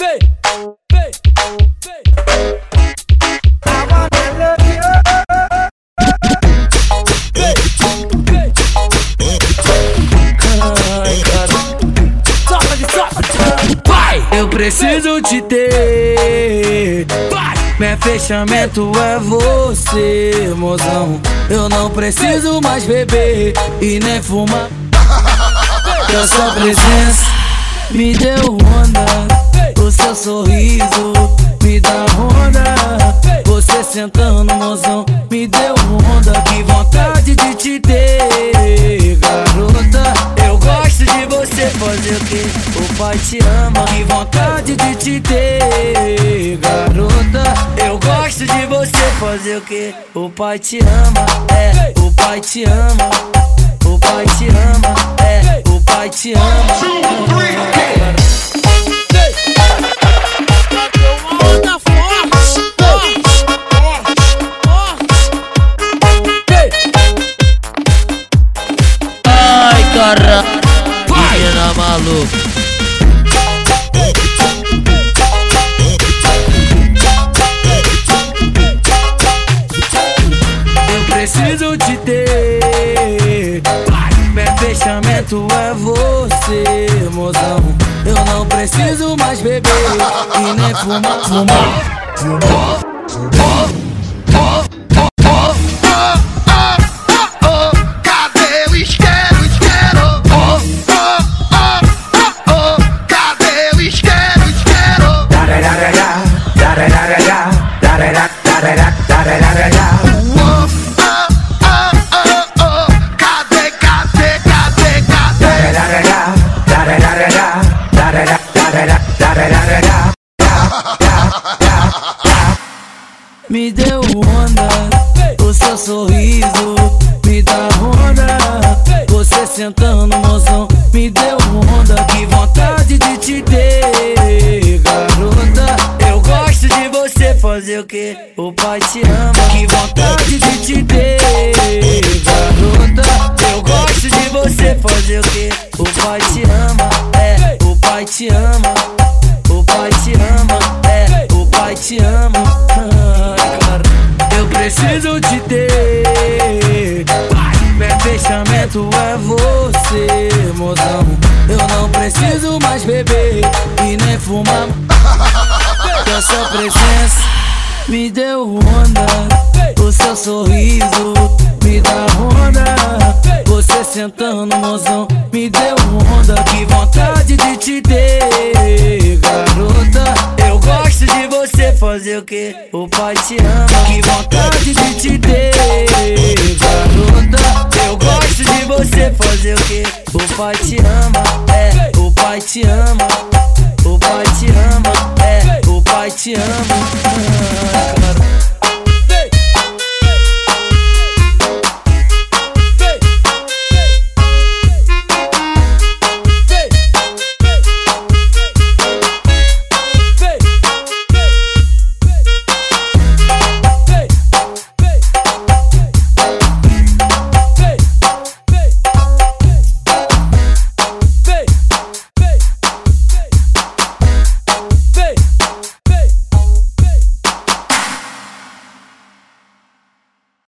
Eu preciso te ter. Meu fechamento é você, mozão. Eu não preciso mais beber e nem fumar. A sua presença me deu onda. O seu sorriso me dá onda. Você sentando, mozão, me deu onda. Que vontade de te ter, garota. Eu gosto de você, fazer o que o pai te ama. Que vontade de te ter, garota. Eu gosto de você, fazer o que o pai te ama. É, o pai te ama. O pai te ama. É, o pai te ama. Ai, caralho, menina maluca. Eu preciso te ter. Meu fechamento é você, mozão. Eu não preciso mais beber e nem fumar. Cadê o isqueiro, isqueiro? Cadê o isqueiro, isqueiro? Me deu onda, o seu sorriso me dá onda. Você sentando, mozão, me deu onda. Que vontade de te ter, garota. Eu gosto de você, fazer o que o pai te ama. Que vontade de te ter, garota. Eu gosto de você, fazer o que o pai te ama. É, o pai te ama. O pai te ama. É, o pai te ama. Eu preciso te ter. Meu fechamento é você, mozão. Eu não preciso mais beber e nem fumar. A sua presença me deu onda. O seu sorriso me dá onda. Você sentando, mozão, me deu onda. Que vontade de te ter, garota. Eu gosto de você, fazer o que o pai te ama. Que vontade de te ter, garota. Eu gosto de você, fazer o que o pai te ama. É, o pai te ama. O pai te ama. É, o pai te ama.